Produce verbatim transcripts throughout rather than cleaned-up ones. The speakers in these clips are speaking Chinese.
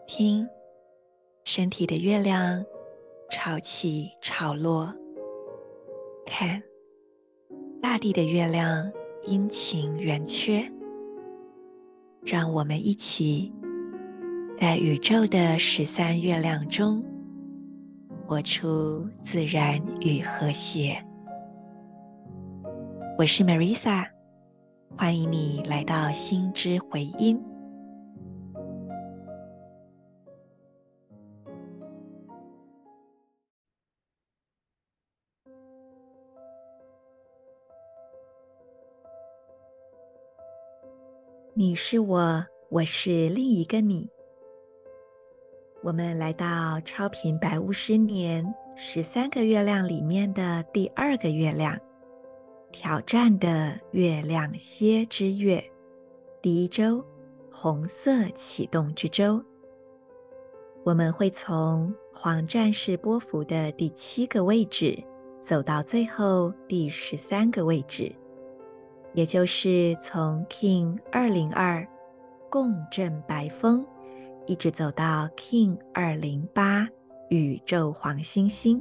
听身体的月亮潮起潮落，看大地的月亮阴晴圆缺。让我们一起在宇宙的十三月亮中活出自然与和谐。我是 Marisa， 欢迎你来到心之回音。你是我，我是另一个你。我们来到超频白巫师年十三个月亮里面的第二个月亮，挑战的月亮蝎之月，第一周，红色启动之周。我们会从黄战士波符的第七个位置走到最后第十三个位置，也就是从 King 二零二共振白风一直走到 King 二零八宇宙黄星星。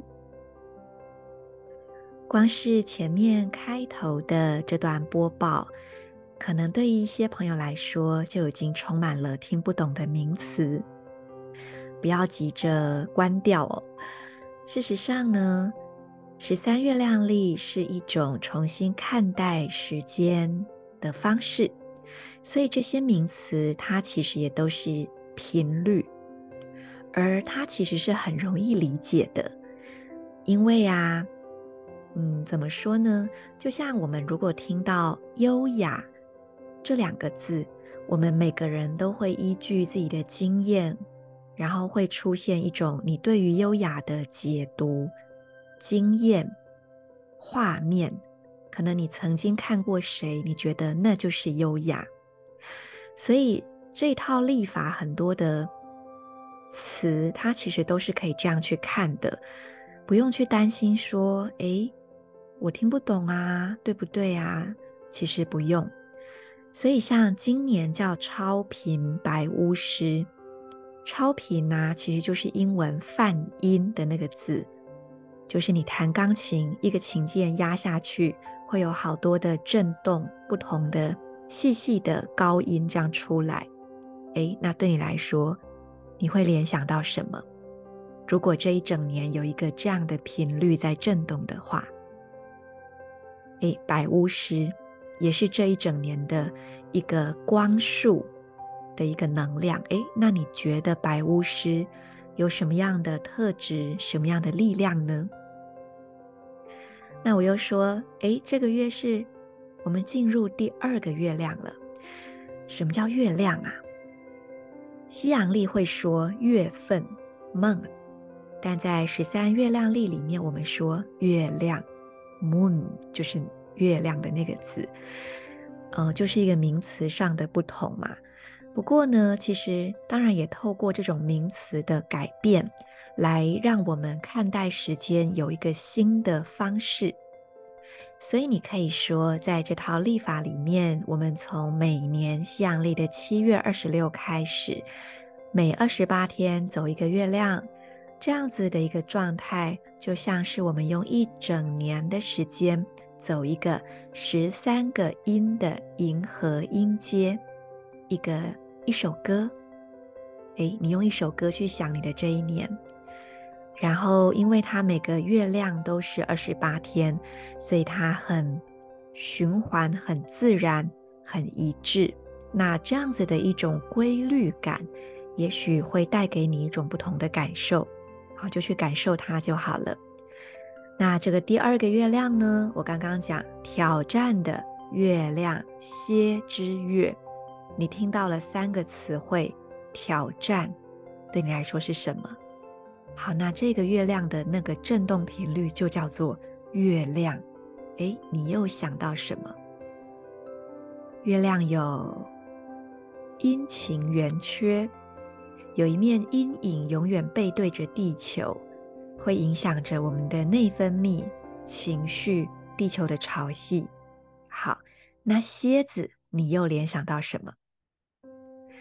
光是前面开头的这段播报，可能对于一些朋友来说就已经充满了听不懂的名词。不要急着关掉哦。事实上呢，十三月亮历是一种重新看待时间的方式，所以这些名词它其实也都是频率，而它其实是很容易理解的。因为啊嗯，怎么说呢？就像我们如果听到优雅这两个字，我们每个人都会依据自己的经验，然后会出现一种你对于优雅的解读、经验、画面。可能你曾经看过谁，你觉得那就是优雅。所以这套历法很多的词，它其实都是可以这样去看的，不用去担心说，诶，我听不懂啊，对不对啊？其实不用。所以像今年叫超频白巫师，超频啊，其实就是英文泛音的那个字，就是你弹钢琴，一个琴键压下去，会有好多的震动，不同的细细的高音这样出来。诶，那对你来说，你会联想到什么？如果这一整年有一个这样的频率在震动的话，诶，白巫师也是这一整年的一个光束的一个能量。诶，那你觉得白巫师有什么样的特质，什么样的力量呢？那我又说，诶，这个月是我们进入第二个月亮了。什么叫月亮啊？西洋历会说月份 month， 但在十三月亮历里面，我们说月亮 moon， 就是月亮的那个字，呃，就是一个名词上的不同嘛。不过呢，其实当然也透过这种名词的改变，来让我们看待时间有一个新的方式。所以你可以说，在这套历法里面，我们从每年西洋历的七月二十六开始，每二十八天走一个月亮，这样子的一个状态，就像是我们用一整年的时间走一个十三个音的银河音阶，一个一首歌。诶，你用一首歌去想你的这一年。然后因为它每个月亮都是二十八天，所以它很循环，很自然，很一致。那这样子的一种规律感，也许会带给你一种不同的感受。好，就去感受它就好了。那这个第二个月亮呢，我刚刚讲挑战的月亮蝎之月，你听到了三个词汇，挑战对你来说是什么？好，那这个月亮的那个振动频率就叫做月亮。诶，你又想到什么？月亮有阴晴圆缺，有一面阴影永远背对着地球，会影响着我们的内分泌、情绪、地球的潮汐。好，那蝎子你又联想到什么？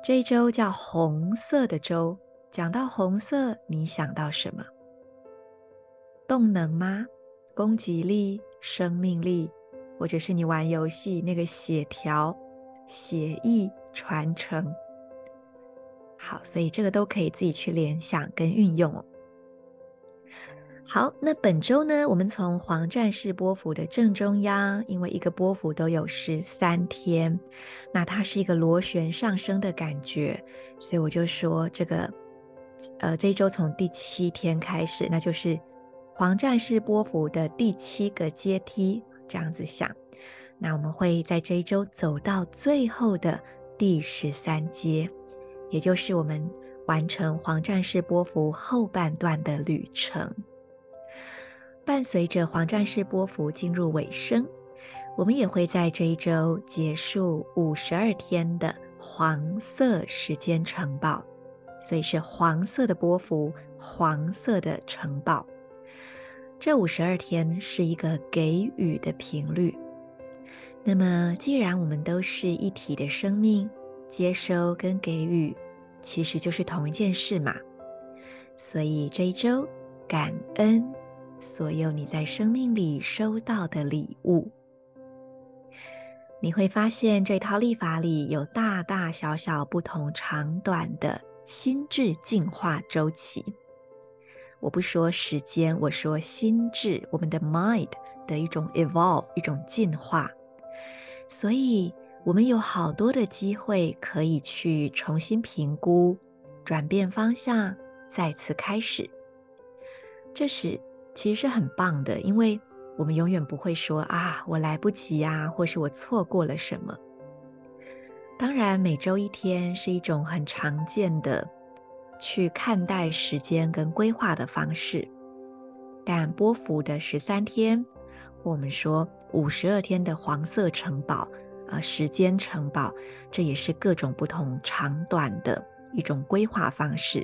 这一周叫红色的周，讲到红色，你想到什么？动能吗？攻击力、生命力，或者是你玩游戏那个血条、血液传承。好，所以这个都可以自己去联想跟运用哦。好，那本周呢，我们从黄战士波符的正中央，因为一个波符都有十三天，那它是一个螺旋上升的感觉，所以我就说这个，呃，这一周从第七天开始，那就是黄战士波符的第七个阶梯，这样子想。那我们会在这一周走到最后的第十三阶，也就是我们完成黄战士波符后半段的旅程。伴随着黄战士波符进入尾声，我们也会在这一周结束五十二天的黄色时间城堡，所以是黄色的波符，黄色的城堡。这五十二天是一个给予的频率。那么既然我们都是一体的生命，接收跟给予其实就是同一件事嘛。所以这一周感恩所有你在生命里收到的礼物。你会发现这套历法里有大大小小不同长短的心智进化周期。我不说时间，我说心智，我们的 mind 的一种 evolve， 一种进化。所以我们有好多的机会可以去重新评估，转变方向，再次开始。这是其实是很棒的，因为我们永远不会说啊，我来不及啊，或是我错过了什么。当然，每周一天是一种很常见的去看待时间跟规划的方式，但波符的十三天，我们说五十二天的黄色城堡，呃，时间城堡，这也是各种不同长短的一种规划方式。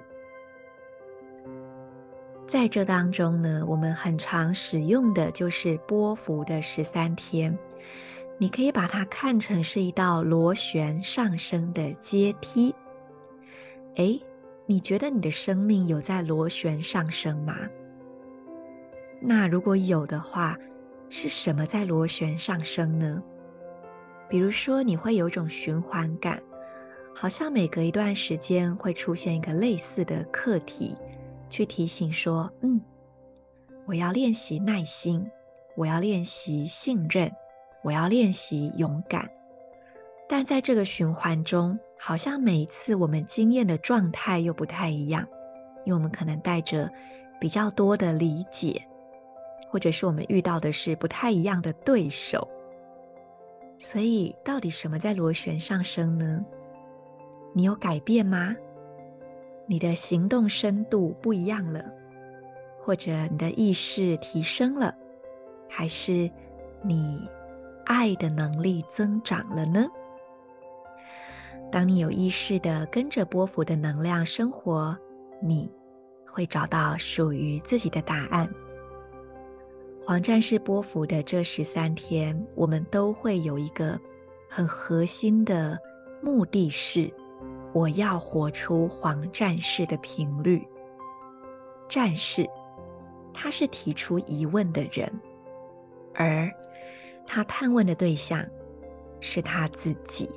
在这当中呢，我们很常使用的就是波符的十三天，你可以把它看成是一道螺旋上升的阶梯。诶，你觉得你的生命有在螺旋上升吗？那如果有的话，是什么在螺旋上升呢？比如说你会有一种循环感，好像每隔一段时间会出现一个类似的课题，去提醒说，嗯，我要练习耐心，我要练习信任，我要练习勇敢。但在这个循环中，好像每一次我们经验的状态又不太一样，因为我们可能带着比较多的理解，或者是我们遇到的是不太一样的对手。所以到底什么在螺旋上升呢？你有改变吗？你的行动深度不一样了，或者你的意识提升了，还是你爱的能力增长了呢？当你有意识地跟着波符的能量生活，你会找到属于自己的答案。黄战士波符的这十三天，我们都会有一个很核心的目的是，我要活出黄战士的频率。战士，他是提出疑问的人，而他探问的对象是他自己。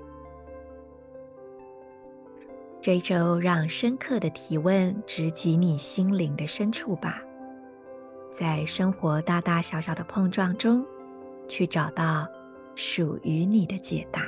这一周让深刻的提问直击你心灵的深处吧，在生活大大小小的碰撞中，去找到属于你的解答。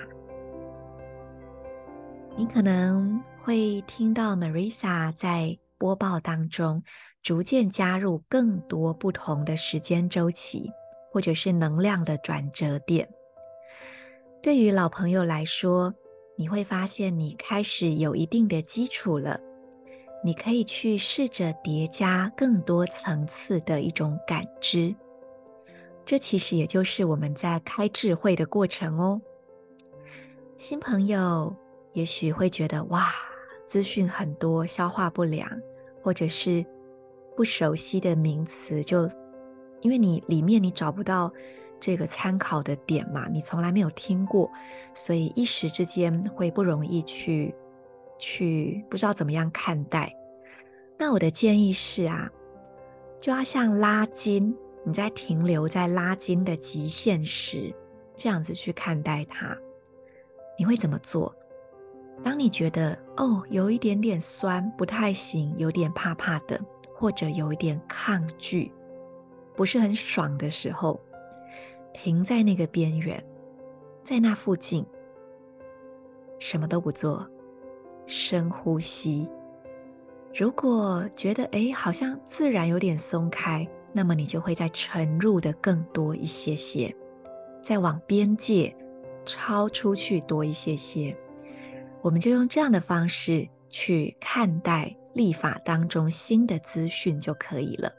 你可能会听到 Marisa 在播报当中逐渐加入更多不同的时间周期，或者是能量的转折点。对于老朋友来说，你会发现你开始有一定的基础了，你可以去试着叠加更多层次的一种感知。这其实也就是我们在开智慧的过程哦。新朋友也许会觉得哇，资讯很多，消化不良，或者是不熟悉的名词，就因为你里面你找不到这个参考的点嘛，你从来没有听过，所以一时之间会不容易去去不知道怎么样看待。那我的建议是啊，就要像拉筋，你在停留在拉筋的极限时，这样子去看待它。你会怎么做？当你觉得哦，有一点点酸，不太行，有点怕怕的，或者有一点抗拒，不是很爽的时候，停在那个边缘，在那附近，什么都不做，深呼吸。如果觉得诶好像自然有点松开，那么你就会再沉入的更多一些些，再往边界超出去多一些些。我们就用这样的方式去看待历法当中新的资讯就可以了。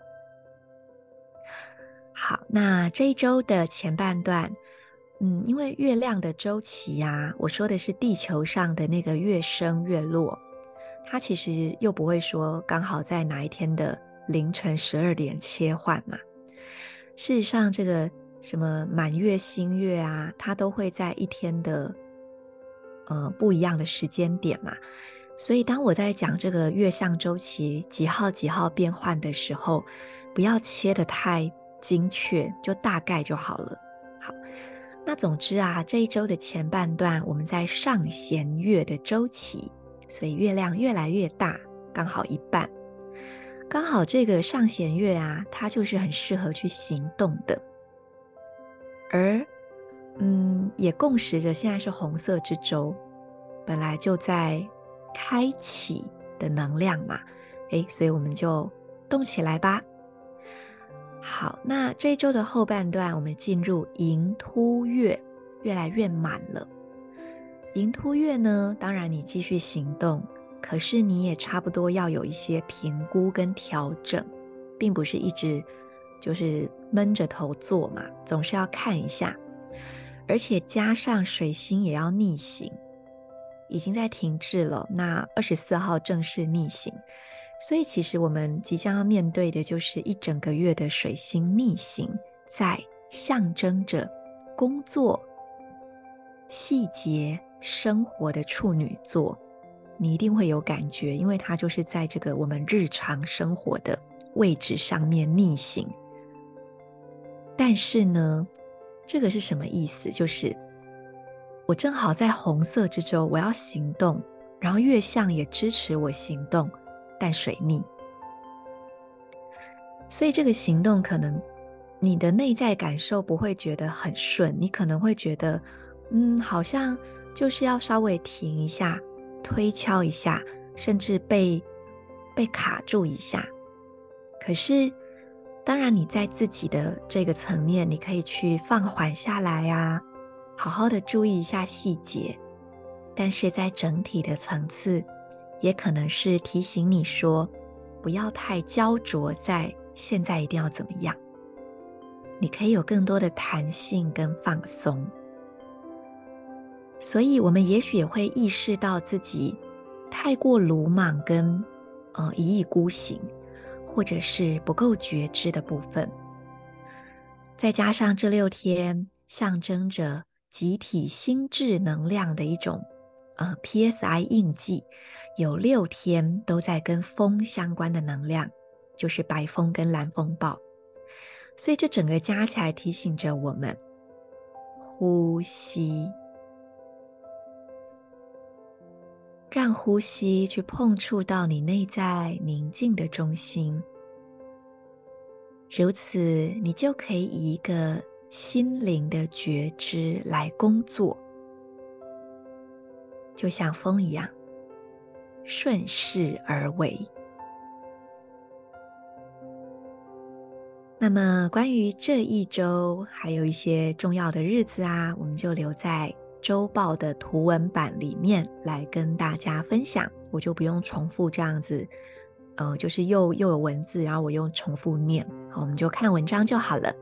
好，那这一周的前半段，嗯，因为月亮的周期啊，我说的是地球上的那个月升月落，它其实又不会说刚好在哪一天的凌晨十二点切换嘛。事实上，这个什么满月、新月啊，它都会在一天的呃不一样的时间点嘛。所以当我在讲这个月相周期几号几号变换的时候，不要切得太精确，就大概就好了。好，那总之啊，这一周的前半段我们在上弦月的周期，所以月亮越来越大，刚好一半。刚好这个上弦月啊，它就是很适合去行动的，而嗯，也共识着现在是红色之周，本来就在开启的能量嘛，诶，所以我们就动起来吧。好，那这一周的后半段，我们进入寅突月，越来越满了。寅突月呢，当然你继续行动，可是你也差不多要有一些评估跟调整，并不是一直就是闷着头做嘛，总是要看一下。而且加上水星也要逆行，已经在停滞了，那二十四号正式逆行，所以其实我们即将要面对的就是一整个月的水星逆行，在象征着工作、细节、生活的处女座，你一定会有感觉，因为它就是在这个我们日常生活的位置上面逆行。但是呢，这个是什么意思？就是我正好在红色之周，我要行动，然后月相也支持我行动，但水逆，所以这个行动可能你的内在感受不会觉得很顺，你可能会觉得嗯，好像就是要稍微停一下，推敲一下，甚至被被卡住一下。可是当然你在自己的这个层面，你可以去放缓下来啊，好好的注意一下细节，但是在整体的层次，也可能是提醒你说，不要太焦灼在现在一定要怎么样，你可以有更多的弹性跟放松。所以我们也许也会意识到自己太过鲁莽跟呃一意孤行，或者是不够觉知的部分。再加上这六天象征着集体心智能量的一种呃 P S I 印记，有六天都在跟风相关的能量，就是白风跟蓝风暴。所以这整个加起来提醒着我们呼吸，让呼吸去碰触到你内在宁静的中心，如此你就可以以一个心灵的觉知来工作，就像风一样，顺势而为。那么关于这一周还有一些重要的日子啊，我们就留在周报的图文版里面来跟大家分享，我就不用重复这样子呃，就是又又有文字，然后我用重复念，好，我们就看文章就好了。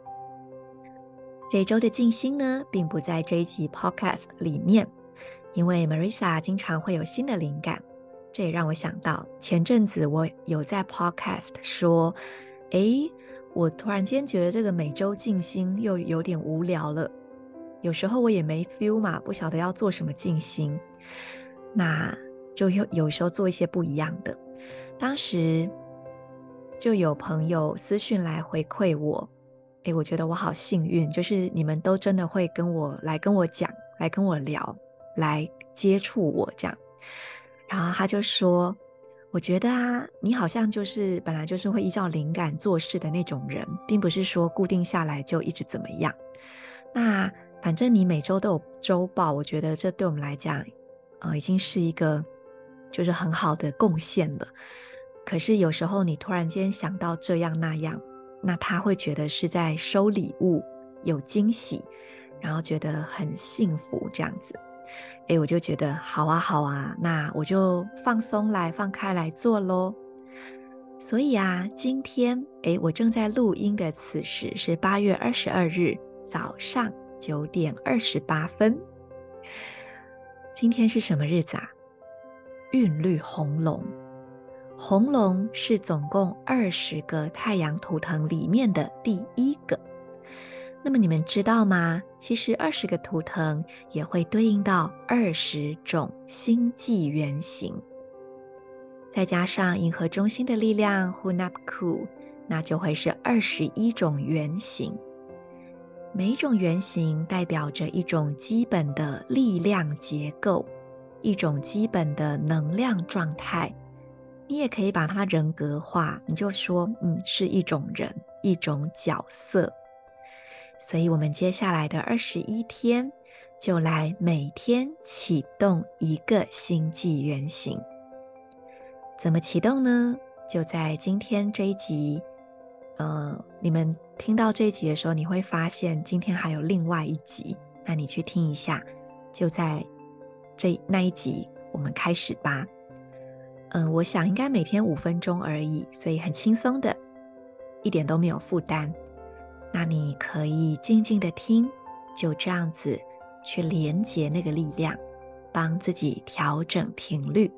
这一周的静心呢，并不在这一集 podcast 里面，因为 Marissa 经常会有新的灵感。这也让我想到前阵子我有在 podcast 说，诶，我突然间觉得这个每周静心又有点无聊了，有时候我也没 feel 嘛，不晓得要做什么静心。那就有有时候做一些不一样的。当时就有朋友私讯来回馈我，诶，我觉得我好幸运，就是你们都真的会跟我来跟我讲，来跟我聊，来接触我这样。然后他就说，我觉得啊，你好像就是本来就是会依照灵感做事的那种人，并不是说固定下来就一直怎么样。那反正你每周都有周报，我觉得这对我们来讲，呃，已经是一个就是很好的贡献了。可是有时候你突然间想到这样那样，那他会觉得是在收礼物，有惊喜，然后觉得很幸福这样子。诶，我就觉得好啊好啊，那我就放松来放开来做咯。所以啊，今天诶，我正在录音的此时是八月二十二日早上九点二十八分。今天是什么日子啊？韵律红龙。红龙是总共二十个太阳图腾里面的第一个。那么你们知道吗？其实二十个图腾也会对应到二十种星际原型，再加上银河中心的力量 Hunapku， 那就会是二十一种原型。每一种原型代表着一种基本的力量结构，一种基本的能量状态。你也可以把它人格化，你就说，嗯，是一种人，一种角色。所以我们接下来的二十一天，就来每天启动一个星际原型。怎么启动呢？就在今天这一集，呃，你们听到这一集的时候，你会发现今天还有另外一集，那你去听一下，就在这那一集，我们开始吧。嗯、呃，我想应该每天五分钟而已，所以很轻松的，一点都没有负担。那你可以静静的听，就这样子去连接那个力量，帮自己调整频率。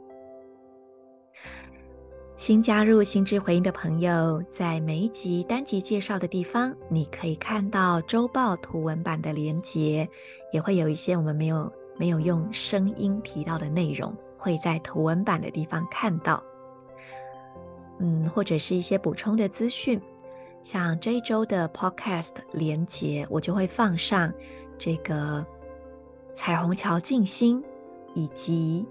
新加入心智回应的朋友，在每一集单集介绍的地方，你可以看到周报图文版的连结，也会有一些我们没有没有用声音提到的内容，会在图文版的地方看到。嗯，或者是一些补充的资讯。像这一周的 podcast 连结，我就会放上这个彩虹桥静心，以及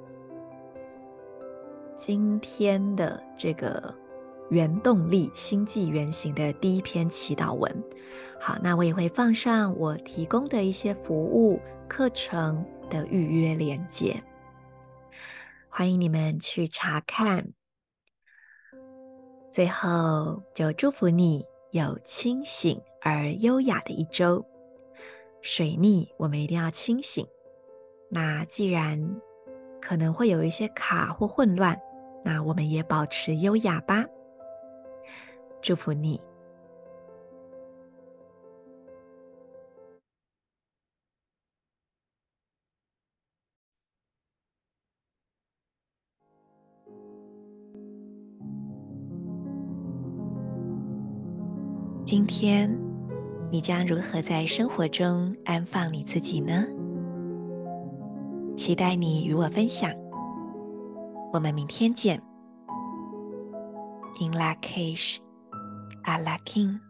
今天的这个原动力星际原型的第一篇祈祷文。好，那我也会放上我提供的一些服务课程的预约连结，欢迎你们去查看。最后就祝福你有清醒而优雅的一周。水逆我们一定要清醒，那既然可能会有一些卡或混乱，那我们也保持优雅吧。祝福你。今天你将如何在生活中安放你自己呢？期待你与我分享。我们明天见。In Lak'ech, Ala K'in。